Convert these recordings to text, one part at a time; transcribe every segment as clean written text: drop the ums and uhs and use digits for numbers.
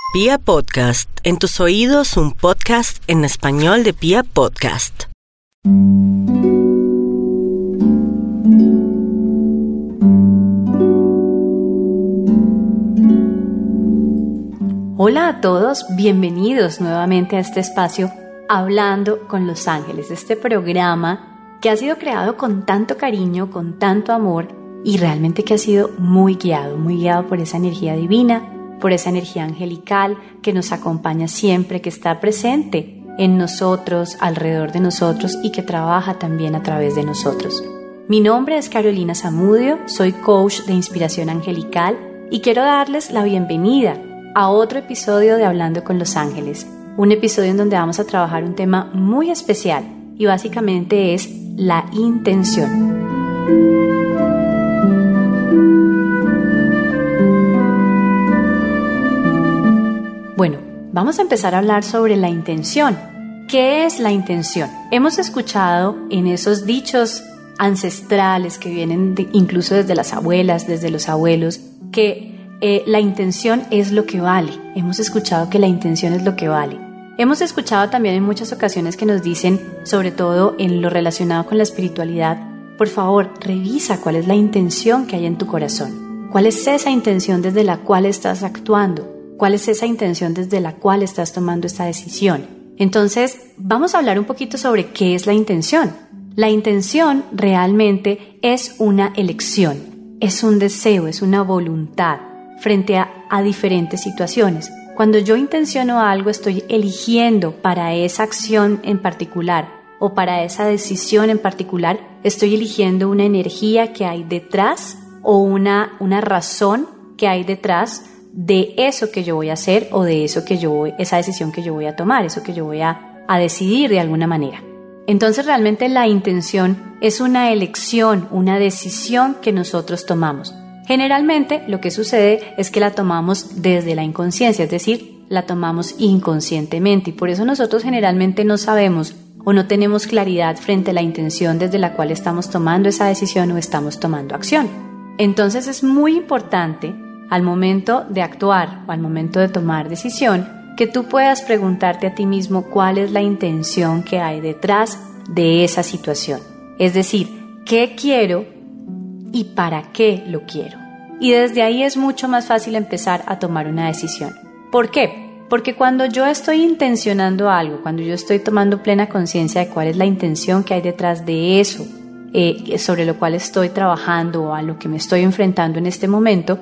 Pia Podcast, en tus oídos un podcast en español de Pia Podcast. Hola a todos, bienvenidos nuevamente a este espacio Hablando con los Ángeles, este programa que ha sido creado con tanto cariño, con tanto amor y realmente que ha sido muy guiado por esa energía divina, por esa energía angelical que nos acompaña siempre, que está presente en nosotros, alrededor de nosotros y que trabaja también a través de nosotros. Mi nombre es Carolina Zamudio, soy coach de inspiración angelical y quiero darles la bienvenida a otro episodio de Hablando con los Ángeles, un episodio en donde vamos a trabajar un tema muy especial y básicamente es la intención. Bueno, vamos a empezar a hablar sobre la intención. ¿Qué es la intención? Hemos escuchado en esos dichos ancestrales que vienen incluso desde las abuelas, desde los abuelos, que la intención es lo que vale. Hemos escuchado que la intención es lo que vale. Hemos escuchado también en muchas ocasiones que nos dicen, sobre todo en lo relacionado con la espiritualidad, por favor, revisa cuál es la intención que hay en tu corazón. ¿Cuál es esa intención desde la cual estás actuando? ¿Cuál es esa intención desde la cual estás tomando esta decisión? Entonces, vamos a hablar un poquito sobre qué es la intención. La intención realmente es una elección, es un deseo, es una voluntad frente a diferentes situaciones. Cuando yo intenciono algo, estoy eligiendo para esa acción en particular o para esa decisión en particular, estoy eligiendo una energía que hay detrás o una razón que hay detrás de eso que yo voy a hacer o de esa decisión que yo voy a tomar, eso que yo voy a decidir de alguna manera. Entonces realmente la intención es una elección, una decisión que nosotros tomamos. Generalmente lo que sucede es que la tomamos desde la inconsciencia, es decir, la tomamos inconscientemente y por eso nosotros generalmente no sabemos o no tenemos claridad frente a la intención desde la cual estamos tomando esa decisión o estamos tomando acción. Entonces es muy importante al momento de actuar o al momento de tomar decisión, que tú puedas preguntarte a ti mismo cuál es la intención que hay detrás de esa situación. Es decir, ¿qué quiero y para qué lo quiero? Y desde ahí es mucho más fácil empezar a tomar una decisión. ¿Por qué? Porque cuando yo estoy intencionando algo, cuando yo estoy tomando plena conciencia de cuál es la intención que hay detrás de eso, sobre lo cual estoy trabajando o a lo que me estoy enfrentando en ese momento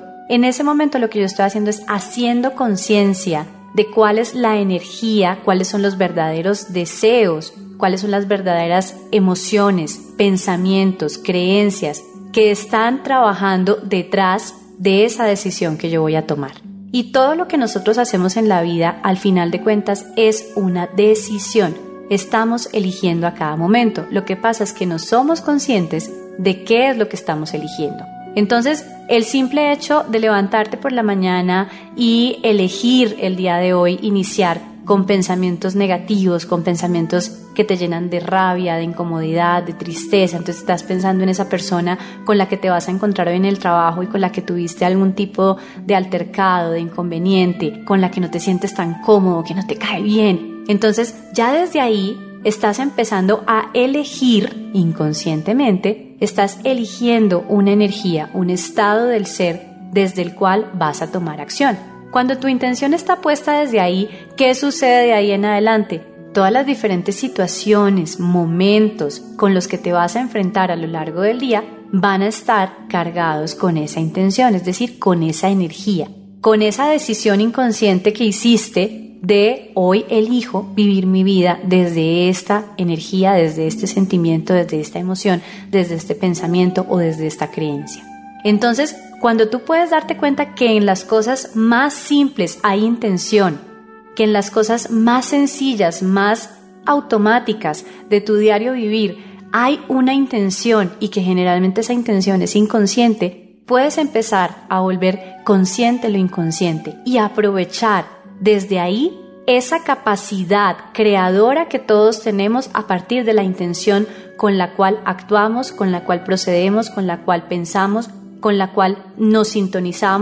lo que yo estoy haciendo es haciendo conciencia de cuál es la energía, cuáles son los verdaderos deseos, cuáles son las verdaderas emociones, pensamientos, creencias que están trabajando detrás de esa decisión que yo voy a tomar. Y todo lo que nosotros hacemos en la vida, al final de cuentas, es una decisión. Estamos eligiendo a cada momento. Lo que pasa es que no somos conscientes de qué es lo que estamos eligiendo. Entonces, el simple hecho de levantarte por la mañana y elegir el día de hoy iniciar con pensamientos negativos, con pensamientos que te llenan de rabia, de incomodidad, de tristeza, entonces estás pensando en esa persona con la que te vas a encontrar hoy en el trabajo y con la que tuviste algún tipo de altercado, de inconveniente, con la que no te sientes tan cómodo, que no te cae bien. Entonces, ya desde ahí estás empezando a elegir inconscientemente, estás eligiendo una energía, un estado del ser desde el cual vas a tomar acción. Cuando tu intención está puesta desde ahí, ¿qué sucede de ahí en adelante? Todas las diferentes situaciones, momentos con los que te vas a enfrentar a lo largo del día van a estar cargados con esa intención, es decir, con esa energía, con esa decisión inconsciente que hiciste de hoy elijo vivir mi vida desde esta energía, desde este sentimiento, desde esta emoción, desde este pensamiento o desde esta creencia. Entonces, cuando tú puedes darte cuenta que en las cosas más simples hay intención, que en las cosas más sencillas, más automáticas de tu diario vivir hay una intención y que generalmente esa intención es inconsciente, puedes empezar a volver consciente lo inconsciente y aprovechar desde ahí esa capacidad creadora que todos tenemos a partir de la intención con la cual actuamos, con la cual procedemos, con la cual pensamos, con la cual nos sintonizamos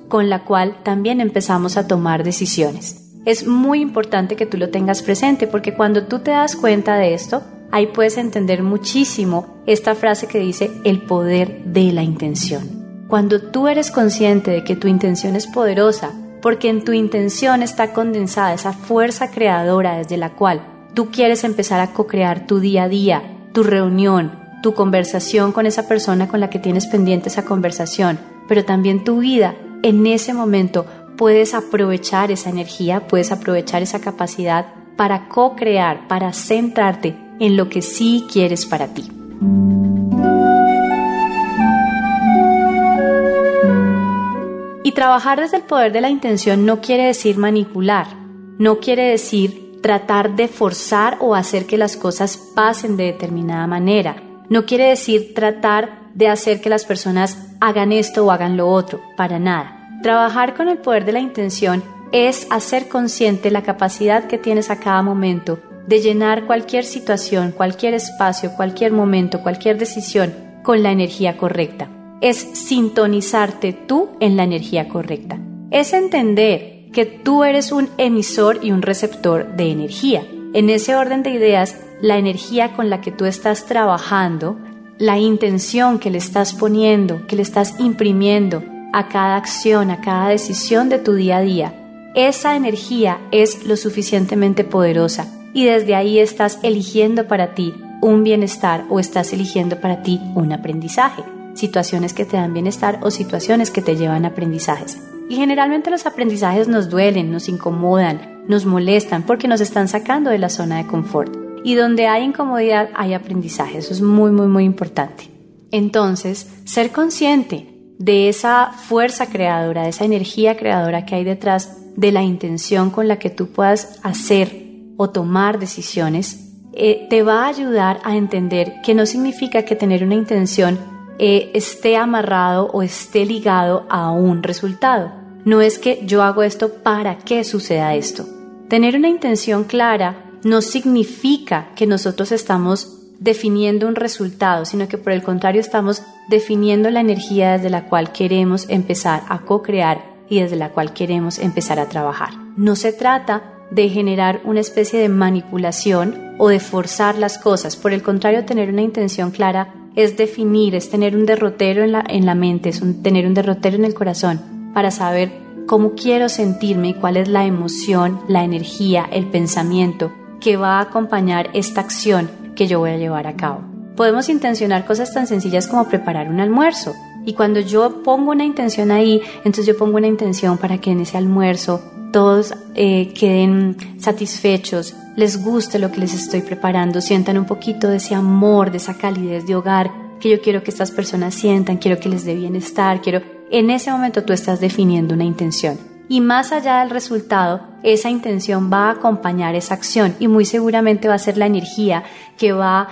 con la cual también empezamos a tomar decisiones. Es muy importante que tú lo tengas presente porque cuando tú te das cuenta de esto, ahí puedes entender muchísimo esta frase que dice el poder de la intención. Cuando tú eres consciente de que tu intención es poderosa, porque en tu intención está condensada esa fuerza creadora desde la cual tú quieres empezar a co-crear tu día a día, tu reunión, tu conversación con esa persona con la que tienes pendiente esa conversación, pero también tu vida, en ese momento puedes aprovechar esa energía, puedes aprovechar esa capacidad para co-crear, para centrarte en lo que sí quieres para ti. Y trabajar desde el poder de la intención no quiere decir manipular, no quiere decir tratar de forzar o hacer que las cosas pasen de determinada manera, no quiere decir tratar de hacer que las personas hagan esto o hagan lo otro, para nada. Trabajar con el poder de la intención es hacer consciente la capacidad que tienes a cada momento de llenar cualquier situación, cualquier espacio, cualquier momento, cualquier decisión con la energía correcta. Es sintonizarte tú en la energía correcta. Es entender que tú eres un emisor y un receptor de energía. En ese orden de ideas, la energía con la que tú estás trabajando, la intención que le estás poniendo, que le estás imprimiendo a cada acción, a cada decisión de tu día a día, esa energía es lo suficientemente poderosa y desde ahí estás eligiendo para ti un bienestar o estás eligiendo para ti un aprendizaje. Situaciones que te dan bienestar o situaciones que te llevan a aprendizajes. Y generalmente los aprendizajes nos duelen, nos incomodan, nos molestan porque nos están sacando de la zona de confort. Y donde hay incomodidad hay aprendizaje. Eso es muy, muy, muy importante. Entonces, ser consciente de esa fuerza creadora, de esa energía creadora que hay detrás de la intención con la que tú puedas hacer o tomar decisiones, te va a ayudar a entender que no significa que tener una intención esté amarrado o esté ligado a un resultado. No es que yo hago esto para que suceda esto. Tener una intención clara no significa que nosotros estamos definiendo un resultado, sino que por el contrario estamos definiendo la energía desde la cual queremos empezar a co-crear y desde la cual queremos empezar a trabajar. No se trata de generar una especie de manipulación o de forzar las cosas. Por el contrario, tener una intención clara es definir, es tener un derrotero en la mente, es tener un derrotero en el corazón para saber cómo quiero sentirme y cuál es la emoción, la energía, el pensamiento que va a acompañar esta acción que yo voy a llevar a cabo. Podemos intencionar cosas tan sencillas como preparar un almuerzo y cuando yo pongo una intención ahí, entonces yo pongo una intención para que en ese almuerzo todos queden satisfechos, les guste lo que les estoy preparando, sientan un poquito de ese amor, de esa calidez de hogar que yo quiero que estas personas sientan, quiero que les dé bienestar, en ese momento tú estás definiendo una intención. Y más allá del resultado, esa intención va a acompañar esa acción y muy seguramente va a ser la energía que va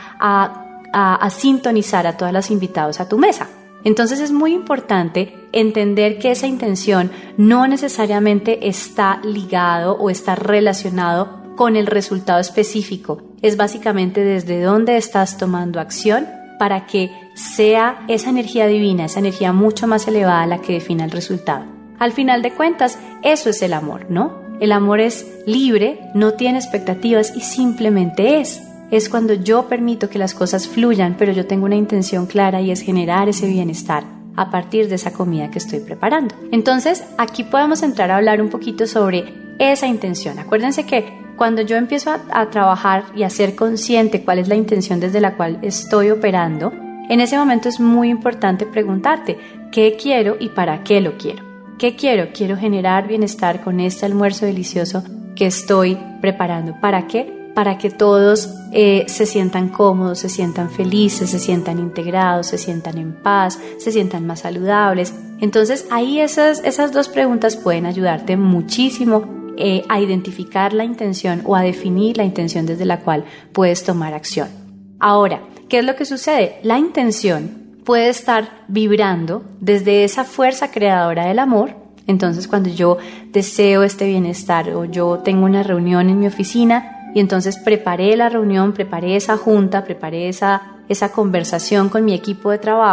a sintonizar a todos los invitados a tu mesa. Entonces es muy importante entender que esa intención no necesariamente está ligado o está relacionado con el resultado específico. Es básicamente desde dónde estás tomando acción para que sea esa energía divina, esa energía mucho más elevada la que defina el resultado. Al final de cuentas, eso es el amor, ¿no? El amor es libre, no tiene expectativas y simplemente es. Es cuando yo permito que las cosas fluyan, pero yo tengo una intención clara y es generar ese bienestar a partir de esa comida que estoy preparando. Entonces, aquí podemos entrar a hablar un poquito sobre esa intención. Acuérdense que cuando yo empiezo a trabajar y a ser consciente cuál es la intención desde la cual estoy operando, en ese momento es muy importante preguntarte qué quiero y para qué lo quiero. ¿Qué quiero? Quiero generar bienestar con este almuerzo delicioso que estoy preparando. ¿Para qué? Para que todos se sientan cómodos, se sientan felices, se sientan integrados, se sientan en paz, se sientan más saludables. Entonces ahí esas dos preguntas pueden ayudarte muchísimo a identificar la intención o a definir la intención desde la cual puedes tomar acción. Ahora, ¿qué es lo que sucede? La intención puede estar vibrando desde esa fuerza creadora del amor. Entonces cuando yo deseo este bienestar o yo tengo una reunión en mi oficina y entonces preparé la reunión, preparé esa junta, preparé esa conversación con mi equipo de trabajo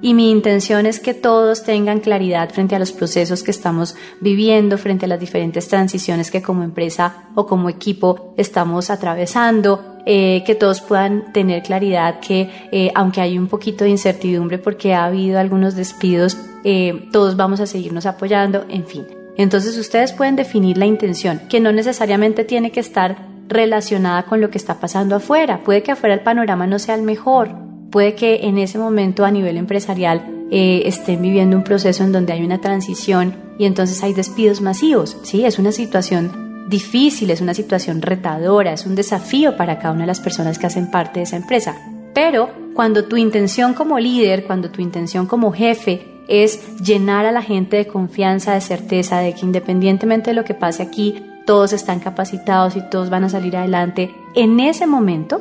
y mi intención es que todos tengan claridad frente a los procesos que estamos viviendo, frente a las diferentes transiciones que como empresa o como equipo estamos atravesando, que todos puedan tener claridad que aunque hay un poquito de incertidumbre porque ha habido algunos despidos, todos vamos a seguirnos apoyando, en fin. Entonces ustedes pueden definir la intención, que no necesariamente tiene que estar relacionada con lo que está pasando afuera. Puede que afuera el panorama no sea el mejor. Puede que en ese momento a nivel empresarial estén viviendo un proceso en donde hay una transición y entonces hay despidos masivos, ¿sí? Es una situación difícil, es una situación retadora, es un desafío para cada una de las personas que hacen parte de esa empresa. Pero cuando tu intención como líder, cuando tu intención como jefe es llenar a la gente de confianza, de certeza, de que independientemente de lo que pase aquí, todos están capacitados y todos van a salir adelante, en ese momento,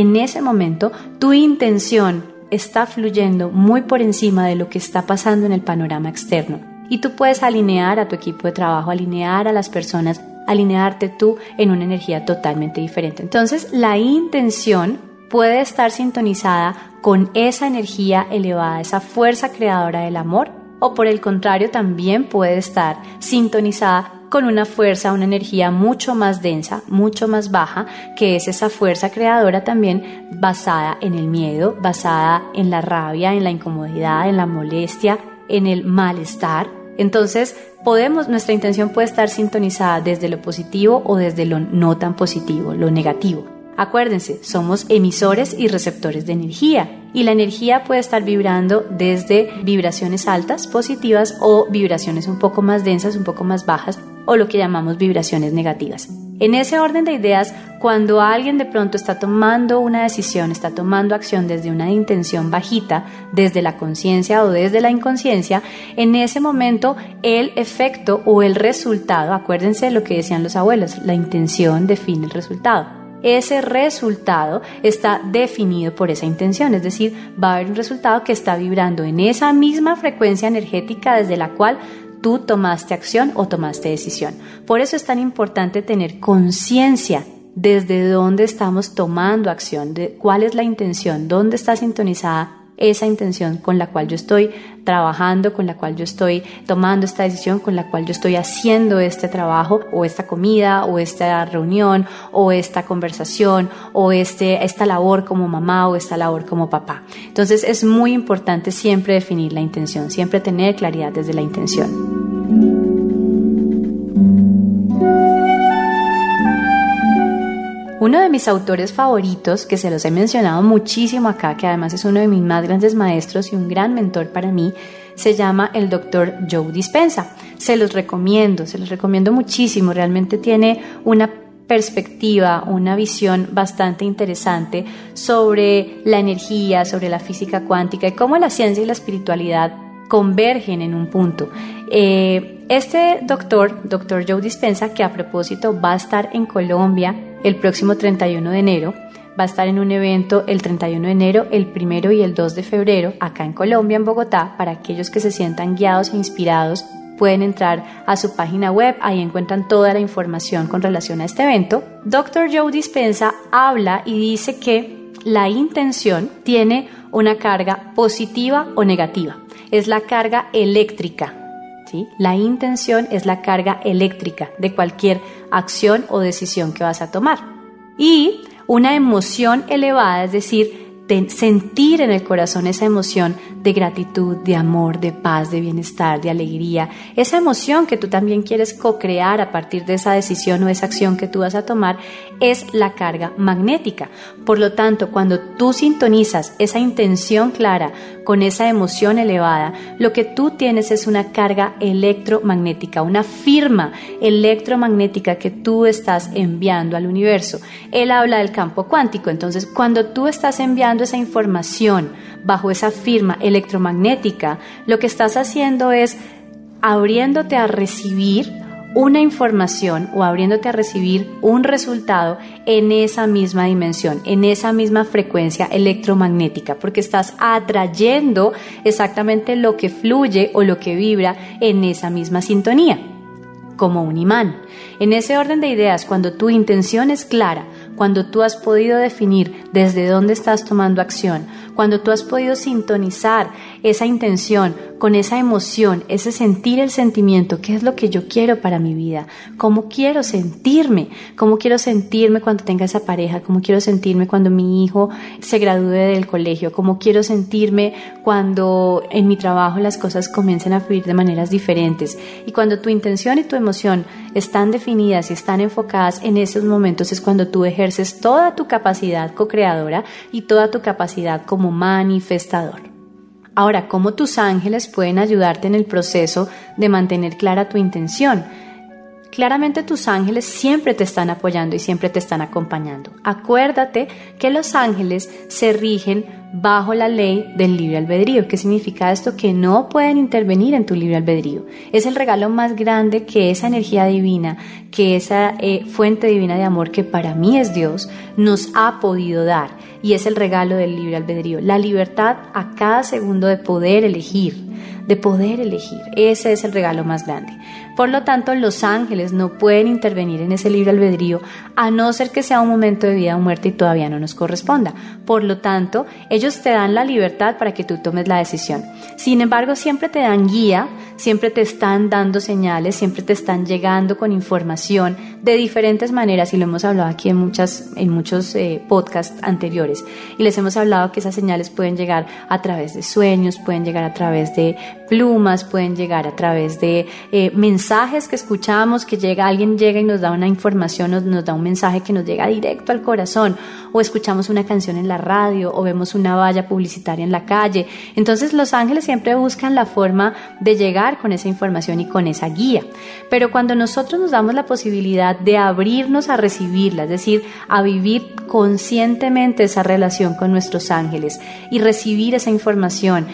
tu intención está fluyendo muy por encima de lo que está pasando en el panorama externo. Y tú puedes alinear a tu equipo de trabajo, alinear a las personas, alinearte tú en una energía totalmente diferente. Entonces, la intención puede estar sintonizada con esa energía elevada, esa fuerza creadora del amor, o por el contrario, también puede estar sintonizada con una fuerza, una energía mucho más densa, mucho más baja, que es esa fuerza creadora también basada en el miedo, basada en la rabia, en la incomodidad, en la molestia, en el malestar. Entonces, nuestra intención puede estar sintonizada desde lo positivo o desde lo no tan positivo, lo negativo. Acuérdense, somos emisores y receptores de energía y la energía puede estar vibrando desde vibraciones altas, positivas o vibraciones un poco más densas, un poco más bajas o lo que llamamos vibraciones negativas. En ese orden de ideas, cuando alguien de pronto está tomando una decisión, está tomando acción desde una intención bajita, desde la conciencia o desde la inconsciencia, en ese momento el efecto o el resultado, acuérdense de lo que decían los abuelos, la intención define el resultado. Ese resultado está definido por esa intención, es decir, va a haber un resultado que está vibrando en esa misma frecuencia energética desde la cual tú tomaste acción o tomaste decisión. Por eso es tan importante tener conciencia desde dónde estamos tomando acción, de cuál es la intención, dónde está sintonizada esa intención con la cual yo estoy trabajando, con la cual yo estoy tomando esta decisión, con la cual yo estoy haciendo este trabajo o esta comida o esta reunión o esta conversación o esta labor como mamá o esta labor como papá. Entonces es muy importante siempre definir la intención, siempre tener claridad desde la intención. Uno de mis autores favoritos, que se los he mencionado muchísimo acá, que además es uno de mis más grandes maestros y un gran mentor para mí, se llama el Dr. Joe Dispenza. Se los recomiendo muchísimo. Realmente tiene una perspectiva, una visión bastante interesante sobre la energía, sobre la física cuántica y cómo la ciencia y la espiritualidad convergen en un punto. Este Dr. Joe Dispenza, que a propósito va a estar en Colombia el próximo 31 de enero, va a estar en un evento el 31 de enero, el 1 y el 2 de febrero, acá en Colombia, en Bogotá. Para aquellos que se sientan guiados e inspirados, pueden entrar a su página web, ahí encuentran toda la información con relación a este evento. Dr. Joe Dispenza habla y dice que la intención tiene una carga positiva o negativa. Es la carga eléctrica, ¿sí? La intención es la carga eléctrica de cualquier acción o decisión que vas a tomar. Y una emoción elevada, es decir, sentir en el corazón esa emoción de gratitud, de amor, de paz, de bienestar, de alegría, esa emoción que tú también quieres co-crear a partir de esa decisión o esa acción que tú vas a tomar, es la carga magnética. Por lo tanto, cuando tú sintonizas esa intención clara con esa emoción elevada, lo que tú tienes es una carga electromagnética, una firma electromagnética que tú estás enviando al universo. Él habla del campo cuántico, entonces cuando tú estás enviando esa información bajo esa firma electromagnética, lo que estás haciendo es abriéndote a recibir una información o abriéndote a recibir un resultado en esa misma dimensión, en esa misma frecuencia electromagnética, porque estás atrayendo exactamente lo que fluye o lo que vibra en esa misma sintonía, como un imán. En ese orden de ideas, cuando tu intención es clara, cuando tú has podido definir desde dónde estás tomando acción, cuando tú has podido sintonizar esa intención con esa emoción, ese sentir el sentimiento, ¿qué es lo que yo quiero para mi vida? ¿Cómo quiero sentirme? ¿Cómo quiero sentirme cuando tenga esa pareja? ¿Cómo quiero sentirme cuando mi hijo se gradúe del colegio? ¿Cómo quiero sentirme cuando en mi trabajo las cosas comiencen a fluir de maneras diferentes? Y cuando tu intención y tu emoción están definidas y están enfocadas en esos momentos, es cuando tú ejerces toda tu capacidad co-creadora y toda tu capacidad como manifestador. Ahora, ¿cómo tus ángeles pueden ayudarte en el proceso de mantener clara tu intención? Claramente tus ángeles siempre te están apoyando y siempre te están acompañando. Acuérdate que los ángeles se rigen bajo la ley del libre albedrío. ¿Qué significa esto? Que no pueden intervenir en tu libre albedrío. Es el regalo más grande que esa energía divina, que esa fuente divina de amor, que para mí es Dios, nos ha podido dar. Y es el regalo del libre albedrío. La libertad a cada segundo de poder elegir. Ese es el regalo más grande. Por lo tanto, los ángeles no pueden intervenir en ese libre albedrío, a no ser que sea un momento de vida o muerte y todavía no nos corresponda. Por lo tanto, ellos te dan la libertad para que tú tomes la decisión. Sin embargo, siempre te dan guía, siempre te están dando señales, siempre te están llegando con información de diferentes maneras, y lo hemos hablado aquí en muchos podcasts anteriores, y les hemos hablado que esas señales pueden llegar a través de sueños, pueden llegar a través de plumas, pueden llegar a través de mensajes que escuchamos, que alguien llega y nos da una información, nos da un mensaje que nos llega directo al corazón, o escuchamos una canción en la radio, o vemos una valla publicitaria en la calle. Entonces los ángeles siempre buscan la forma de llegar con esa información y con esa guía. Pero cuando nosotros nos damos la posibilidad de abrirnos a recibirla, es decir, a vivir conscientemente esa relación con nuestros ángeles y recibir esa información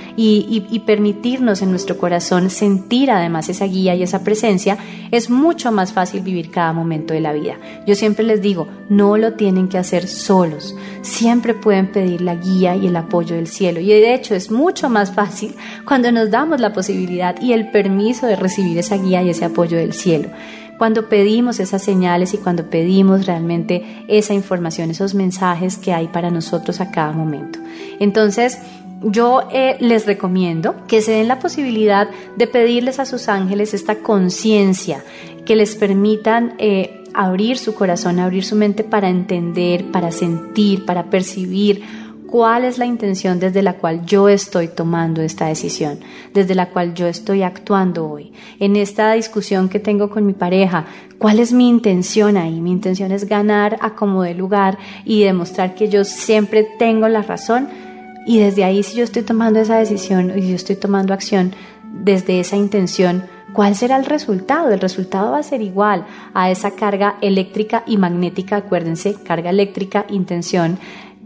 y permitirnos en nuestro corazón sentir además esa guía y esa presencia, es mucho más fácil vivir cada momento de la vida. Yo siempre les digo, no lo tienen que hacer solos, siempre pueden pedir la guía y el apoyo del cielo, y de hecho es mucho más fácil cuando nos damos la posibilidad y el permiso de recibir esa guía y ese apoyo del cielo. Cuando pedimos esas señales y cuando pedimos realmente esa información, esos mensajes que hay para nosotros a cada momento. Entonces, yo les recomiendo que se den la posibilidad de pedirles a sus ángeles esta conciencia, que les permitan abrir su corazón, abrir su mente para entender, para sentir, para percibir cuál es la intención desde la cual yo estoy tomando esta decisión, desde la cual yo estoy actuando hoy. En esta discusión que tengo con mi pareja, ¿cuál es mi intención ahí? Mi intención es ganar a como dé lugar y demostrar que yo siempre tengo la razón. Y desde ahí, si yo estoy tomando esa decisión y yo estoy tomando acción desde esa intención, ¿cuál será el resultado? El resultado va a ser igual a esa carga eléctrica y magnética. Acuérdense, carga eléctrica, intención,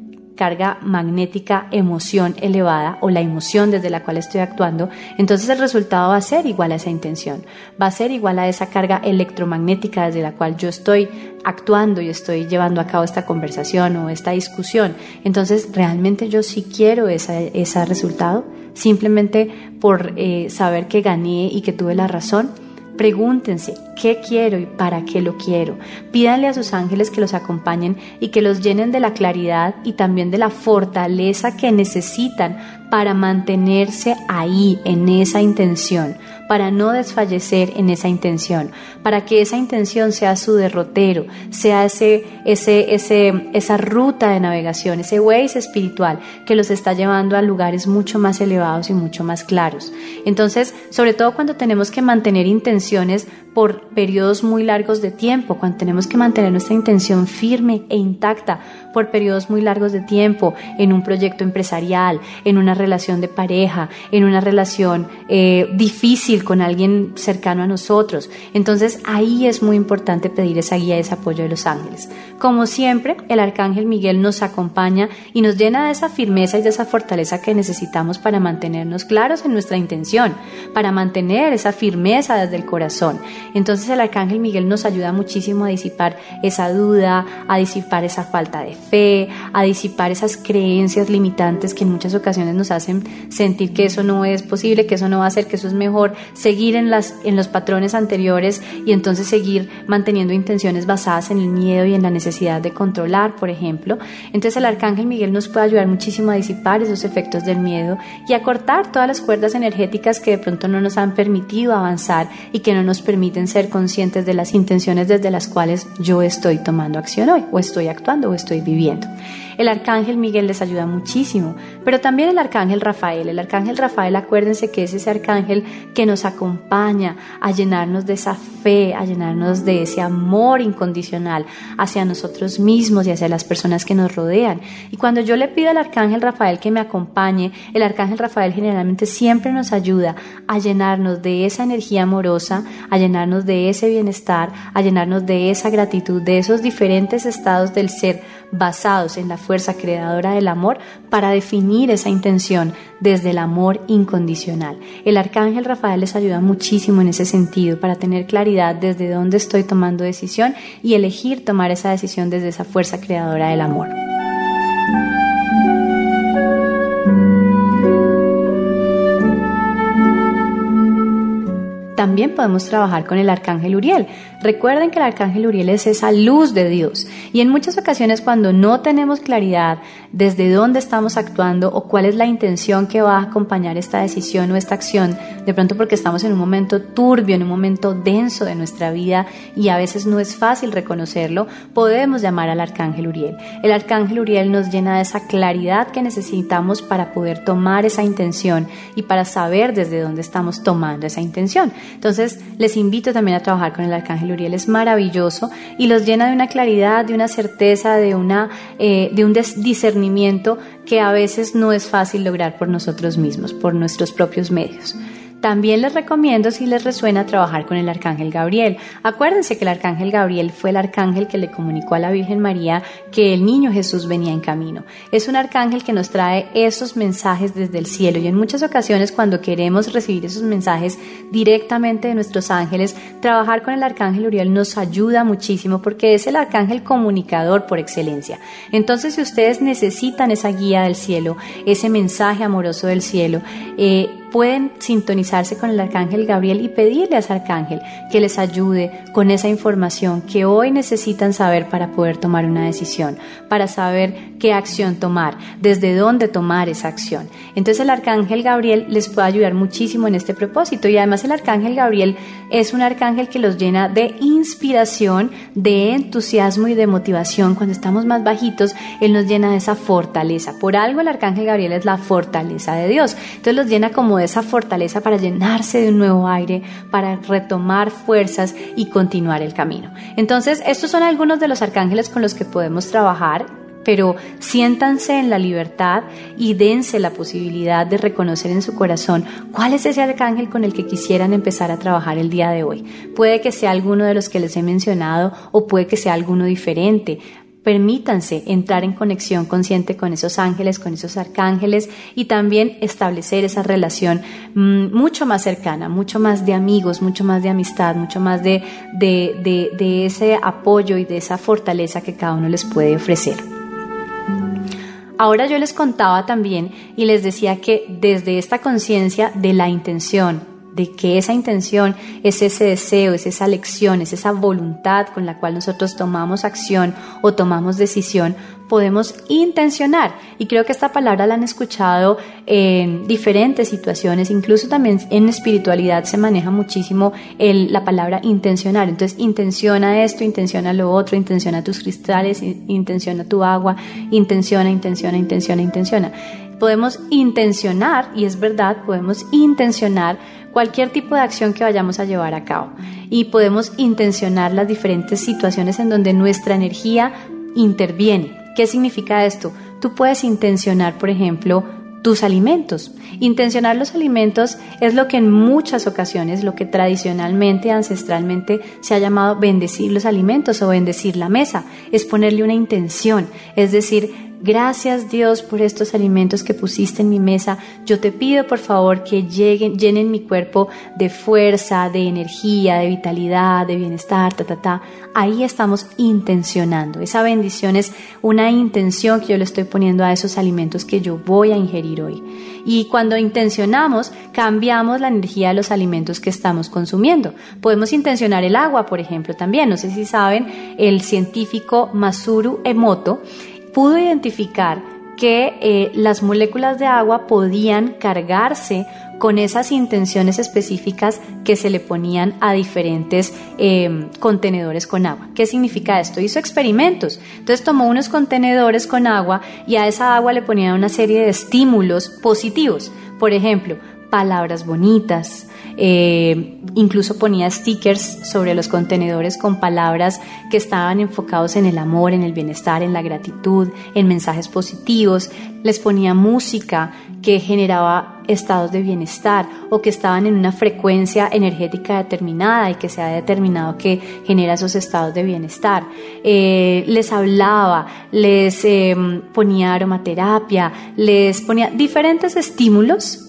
carga magnética, emoción elevada, o la emoción desde la cual estoy actuando. Entonces el resultado va a ser igual a esa intención, va a ser igual a esa carga electromagnética desde la cual yo estoy actuando y estoy llevando a cabo esta conversación o esta discusión. Entonces, ¿realmente yo sí quiero ese resultado? Simplemente por saber que gané y que tuve la razón. Pregúntense, ¿qué quiero y para qué lo quiero? Pídanle a sus ángeles que los acompañen y que los llenen de la claridad y también de la fortaleza que necesitan para mantenerse ahí, en esa intención, para no desfallecer en esa intención, para que esa intención sea su derrotero, sea esa ruta de navegación, ese Waze espiritual que los está llevando a lugares mucho más elevados y mucho más claros. Entonces, sobre todo cuando tenemos que mantener intenciones por periodos muy largos de tiempo, cuando tenemos que mantener nuestra intención firme e intacta por periodos muy largos de tiempo, en un proyecto empresarial, en una relación de pareja, en una relación difícil con alguien cercano a nosotros. Entonces ahí es muy importante pedir esa guía y ese apoyo de los ángeles. Como siempre, el Arcángel Miguel nos acompaña y nos llena de esa firmeza y de esa fortaleza que necesitamos para mantenernos claros en nuestra intención, para mantener esa firmeza desde el corazón. Entonces el Arcángel Miguel nos ayuda muchísimo a disipar esa duda, a disipar esa falta de fe, a disipar esas creencias limitantes que en muchas ocasiones nos hacen sentir que eso no es posible, que eso no va a ser, que eso es mejor seguir en los patrones anteriores y entonces seguir manteniendo intenciones basadas en el miedo y en la necesidad de controlar, por ejemplo. Entonces el Arcángel Miguel nos puede ayudar muchísimo a disipar esos efectos del miedo y a cortar todas las cuerdas energéticas que de pronto no nos han permitido avanzar y que no nos permiten ser conscientes de las intenciones desde las cuales yo estoy tomando acción hoy, o estoy actuando, o estoy viviendo. El Arcángel Miguel les ayuda muchísimo, pero también el Arcángel Rafael. El Arcángel Rafael, acuérdense que es ese arcángel que nos acompaña a llenarnos de esa fe, a llenarnos de ese amor incondicional hacia nosotros mismos y hacia las personas que nos rodean. Y cuando yo le pido al Arcángel Rafael que me acompañe, el Arcángel Rafael generalmente siempre nos ayuda a llenarnos de esa energía amorosa, a llenarnos de ese bienestar, a llenarnos de esa gratitud, de esos diferentes estados del ser basados en la fuerza creadora del amor para definir esa intención desde el amor incondicional. El Arcángel Rafael les ayuda muchísimo en ese sentido para tener claridad desde dónde estoy tomando decisión y elegir tomar esa decisión desde esa fuerza creadora del amor. También podemos trabajar con el Arcángel Uriel. Recuerden que el Arcángel Uriel es esa luz de Dios y en muchas ocasiones cuando no tenemos claridad desde dónde estamos actuando o cuál es la intención que va a acompañar esta decisión o esta acción, de pronto porque estamos en un momento turbio, en un momento denso de nuestra vida y a veces no es fácil reconocerlo, podemos llamar al Arcángel Uriel. El Arcángel Uriel nos llena de esa claridad que necesitamos para poder tomar esa intención y para saber desde dónde estamos tomando esa intención. Entonces les invito también a trabajar con el Arcángel Uriel, es maravilloso y los llena de una claridad, de una certeza, de un discernimiento que a veces no es fácil lograr por nosotros mismos, por nuestros propios medios. También les recomiendo, si les resuena, trabajar con el Arcángel Gabriel. Acuérdense que el Arcángel Gabriel fue el arcángel que le comunicó a la Virgen María que el niño Jesús venía en camino. Es un arcángel que nos trae esos mensajes desde el cielo y en muchas ocasiones cuando queremos recibir esos mensajes directamente de nuestros ángeles, trabajar con el Arcángel Uriel nos ayuda muchísimo porque es el arcángel comunicador por excelencia. Entonces, si ustedes necesitan esa guía del cielo, ese mensaje amoroso del cielo, pueden sintonizarse con el Arcángel Gabriel y pedirle a ese arcángel que les ayude con esa información que hoy necesitan saber para poder tomar una decisión, para saber qué acción tomar, desde dónde tomar esa acción. Entonces el Arcángel Gabriel les puede ayudar muchísimo en este propósito y además el Arcángel Gabriel es un arcángel que los llena de inspiración, de entusiasmo y de motivación. Cuando estamos más bajitos, él nos llena de esa fortaleza. Por algo el Arcángel Gabriel es la fortaleza de Dios. Entonces los llena como de esa fortaleza para llenarse de un nuevo aire, para retomar fuerzas y continuar el camino. Entonces, estos son algunos de los arcángeles con los que podemos trabajar, pero siéntanse en la libertad y dense la posibilidad de reconocer en su corazón cuál es ese arcángel con el que quisieran empezar a trabajar el día de hoy. Puede que sea alguno de los que les he mencionado o puede que sea alguno diferente. Permítanse entrar en conexión consciente con esos ángeles, con esos arcángeles y también establecer esa relación mucho más cercana, mucho más de amigos, mucho más de amistad, mucho más de ese apoyo y de esa fortaleza que cada uno les puede ofrecer. Ahora yo les contaba también y les decía que desde esta conciencia de la intención, de que esa intención es ese deseo, es esa elección, es esa voluntad con la cual nosotros tomamos acción o tomamos decisión, podemos intencionar. Y creo que esta palabra la han escuchado en diferentes situaciones, incluso también en espiritualidad se maneja muchísimo la palabra intencionar. Entonces, intenciona esto, intenciona lo otro, intenciona tus cristales, intenciona tu agua, intenciona. Podemos intencionar, y es verdad, podemos intencionar cualquier tipo de acción que vayamos a llevar a cabo y podemos intencionar las diferentes situaciones en donde nuestra energía interviene. ¿Qué significa esto? Tú puedes intencionar, por ejemplo, tus alimentos. Intencionar los alimentos es lo que en muchas ocasiones, lo que tradicionalmente, ancestralmente se ha llamado bendecir los alimentos o bendecir la mesa, es ponerle una intención, es decir, gracias Dios por estos alimentos que pusiste en mi mesa, yo te pido por favor que llenen mi cuerpo de fuerza, de energía, de vitalidad, de bienestar, Ahí estamos intencionando. Esa bendición es una intención que yo le estoy poniendo a esos alimentos que yo voy a ingerir hoy. Y cuando intencionamos, cambiamos la energía de los alimentos que estamos consumiendo. Podemos intencionar el agua, por ejemplo, también. No sé si saben, el científico Masaru Emoto pudo identificar que las moléculas de agua podían cargarse con esas intenciones específicas que se le ponían a diferentes contenedores con agua. ¿Qué significa esto? Hizo experimentos. Entonces tomó unos contenedores con agua y a esa agua le ponían una serie de estímulos positivos. Por ejemplo, palabras bonitas, incluso ponía stickers sobre los contenedores con palabras que estaban enfocados en el amor, en el bienestar, en la gratitud, en mensajes positivos. Les ponía música que generaba estados de bienestar o que estaban en una frecuencia energética determinada y que se ha determinado que genera esos estados de bienestar. Les hablaba, les ponía aromaterapia, les ponía diferentes estímulos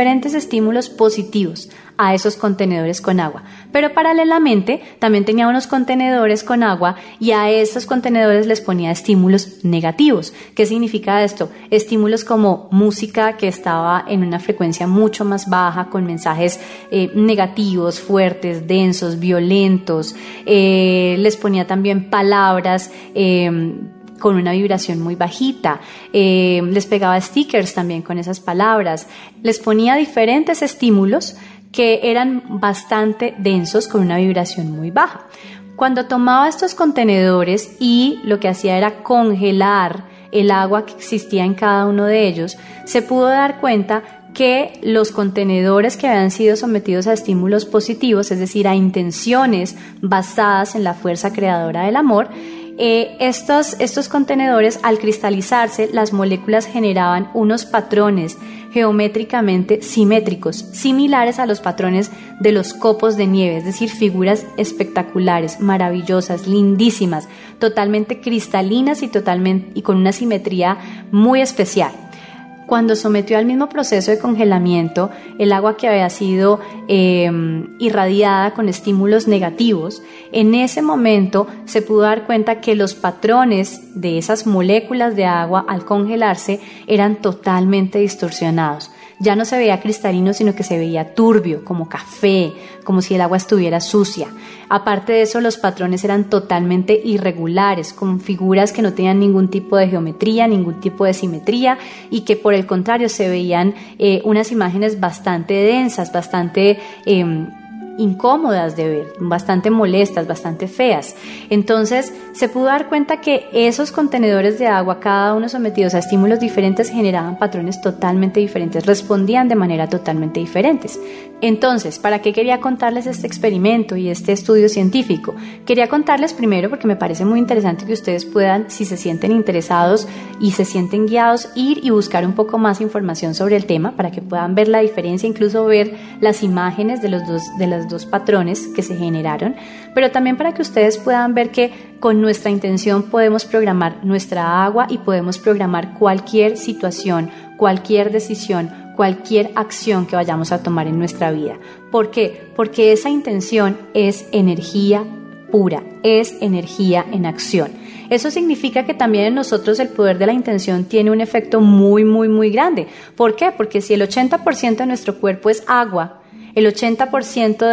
positivos a esos contenedores con agua. Pero paralelamente también tenía unos contenedores con agua y a esos contenedores les ponía estímulos negativos. ¿Qué significa esto? Estímulos como música que estaba en una frecuencia mucho más baja, con mensajes negativos, fuertes, densos, violentos. Les ponía también palabras con una vibración muy bajita, les pegaba stickers también con esas palabras, les ponía diferentes estímulos que eran bastante densos con una vibración muy baja. Cuando tomaba estos contenedores y lo que hacía era congelar el agua que existía en cada uno de ellos, se pudo dar cuenta que los contenedores que habían sido sometidos a estímulos positivos, es decir, a intenciones basadas en la fuerza creadora del amor, estos contenedores, al cristalizarse, las moléculas generaban unos patrones geométricamente simétricos, similares a los patrones de los copos de nieve, es decir, figuras espectaculares, maravillosas, lindísimas, totalmente cristalinas y con una simetría muy especial. Cuando sometió al mismo proceso de congelamiento el agua que había sido irradiada con estímulos negativos, en ese momento se pudo dar cuenta que los patrones de esas moléculas de agua al congelarse eran totalmente distorsionados. Ya no se veía cristalino, sino que se veía turbio, como café, como si el agua estuviera sucia. Aparte de eso, los patrones eran totalmente irregulares, con figuras que no tenían ningún tipo de geometría, ningún tipo de simetría, y que por el contrario se veían unas imágenes bastante densas, bastante incómodas de ver, bastante molestas, bastante feas. Entonces se pudo dar cuenta que esos contenedores de agua, cada uno sometidos a estímulos diferentes, generaban patrones totalmente diferentes, respondían de manera totalmente diferentes. Entonces, ¿para qué quería contarles este experimento y este estudio científico? Quería contarles primero porque me parece muy interesante que ustedes puedan, si se sienten interesados y se sienten guiados, ir y buscar un poco más información sobre el tema para que puedan ver la diferencia, incluso ver las imágenes de los dos patrones que se generaron, pero también para que ustedes puedan ver que con nuestra intención podemos programar nuestra agua y podemos programar cualquier situación, cualquier decisión, cualquier acción que vayamos a tomar en nuestra vida. ¿Por qué? Porque esa intención es energía pura, es energía en acción. Eso significa que también en nosotros el poder de la intención tiene un efecto muy, muy, muy grande. ¿Por qué? Porque si el 80% de nuestro cuerpo es agua, el 80%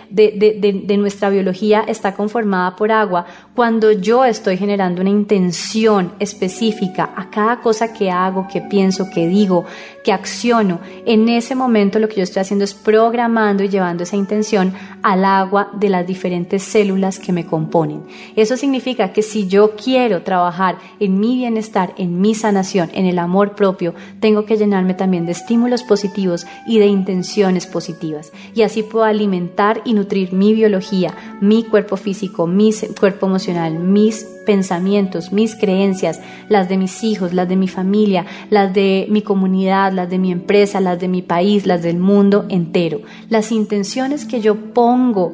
de nuestra biología está conformada por agua. Cuando yo estoy generando una intención específica a cada cosa que hago, que pienso, que digo, que acciono, en ese momento lo que yo estoy haciendo es programando y llevando esa intención al agua de las diferentes células que me componen. Eso significa que si yo quiero trabajar en mi bienestar, en mi sanación, en el amor propio, tengo que llenarme también de estímulos positivos y de intenciones positivas. Y así puedo alimentar y nutrir mi biología, mi cuerpo físico, mi cuerpo emocional, mis pensamientos, mis creencias, las de mis hijos, las de mi familia, las de mi comunidad, las de mi empresa, las de mi país, las del mundo entero. Las intenciones que yo pongo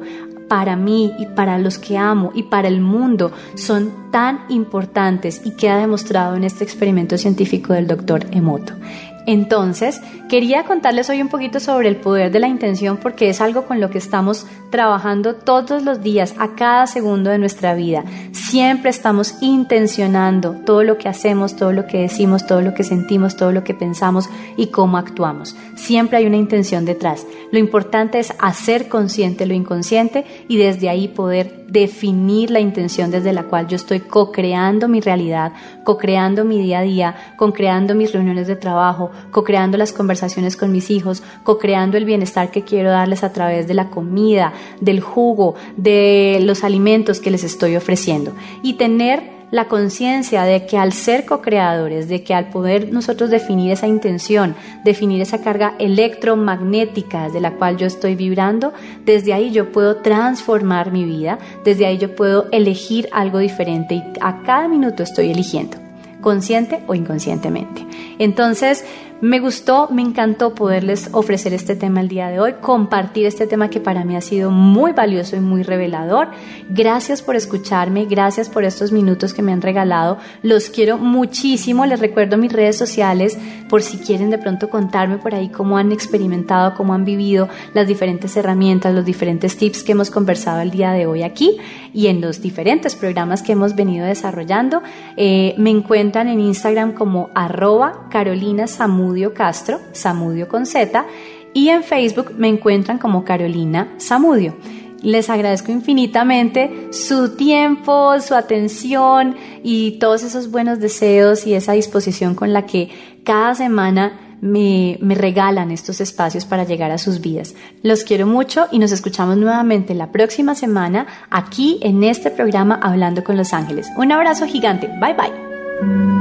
para mí y para los que amo y para el mundo son tan importantes y queda demostrado en este experimento científico del Dr. Emoto. Entonces, quería contarles hoy un poquito sobre el poder de la intención porque es algo con lo que estamos trabajando todos los días, a cada segundo de nuestra vida. Siempre estamos intencionando todo lo que hacemos, todo lo que decimos, todo lo que sentimos, todo lo que pensamos y cómo actuamos. Siempre hay una intención detrás. Lo importante es hacer consciente lo inconsciente y desde ahí poder definir la intención desde la cual yo estoy co-creando mi realidad, co-creando mi día a día, co-creando mis reuniones de trabajo, co-creando las conversaciones con mis hijos, co-creando el bienestar que quiero darles a través de la comida, del jugo, de los alimentos que les estoy ofreciendo. Y tener la conciencia de que al ser co-creadores, de que al poder nosotros definir esa intención, definir esa carga electromagnética desde la cual yo estoy vibrando, desde ahí yo puedo transformar mi vida, desde ahí yo puedo elegir algo diferente y a cada minuto estoy eligiendo, consciente o inconscientemente. Entonces, me gustó, me encantó poderles ofrecer este tema el día de hoy, compartir este tema que para mí ha sido muy valioso y muy revelador. Gracias por escucharme, gracias por estos minutos que me han regalado. Los quiero muchísimo. Les recuerdo mis redes sociales por si quieren de pronto contarme por ahí cómo han experimentado, cómo han vivido las diferentes herramientas, los diferentes tips que hemos conversado el día de hoy aquí y en los diferentes programas que hemos venido desarrollando. Me encuentran en Instagram como @CarolinaSamudio_Castro, Samudio con Z, y en Facebook me encuentran como Carolina Samudio. Les agradezco infinitamente su tiempo, su atención y todos esos buenos deseos y esa disposición con la que cada semana me regalan estos espacios para llegar a sus vidas. Los quiero mucho y nos escuchamos nuevamente la próxima semana aquí en este programa Hablando con los Ángeles. Un abrazo gigante. Bye bye.